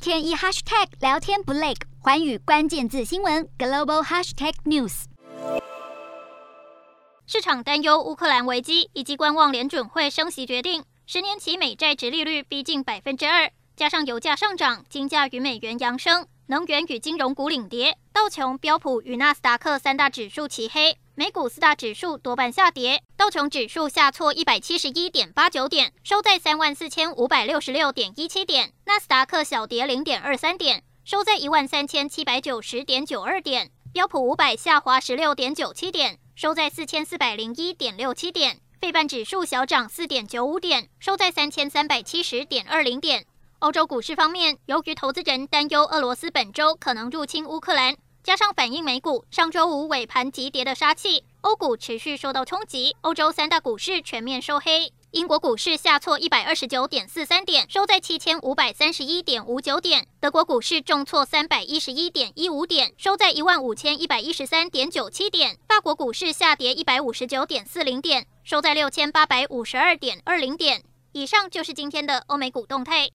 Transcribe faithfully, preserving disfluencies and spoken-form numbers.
天一 hashtag 聊天不累，寰宇关键字新闻 global hashtag news。 市场担忧乌克兰危机，以及观望联准会升息决定，十年期美债殖利率逼近百分之二，加上油价上涨，金价与美元扬升，能源与金融股领跌，道琼、标普与纳斯达克三大指数齐黑。美股四大指数多半下跌，道琼指数下挫一百七十一点八九点，收在三万四千五百六十六点一七点；纳斯达克小跌零点二三点，收在一万三千七百九十点九二点；标普五百下滑十六点九七点，收在四千四百零一点六七点；费半指数小涨四点九五点，收在三千三百七十点二零点。欧洲股市方面，由于投资人担忧俄罗斯本周可能入侵乌克兰，加上反映美股上周五尾盘急跌的杀气，欧股持续受到冲击，欧洲三大股市全面收黑。英国股市下挫一百二十九点四三点，收在七千五百三十一点五九点；德国股市重挫三百一十一点一五点，收在一万五千一百一十三点九七点；法国股市下跌一百五十九点四零点，收在六千八百五十二点二零点。以上就是今天的欧美股动态。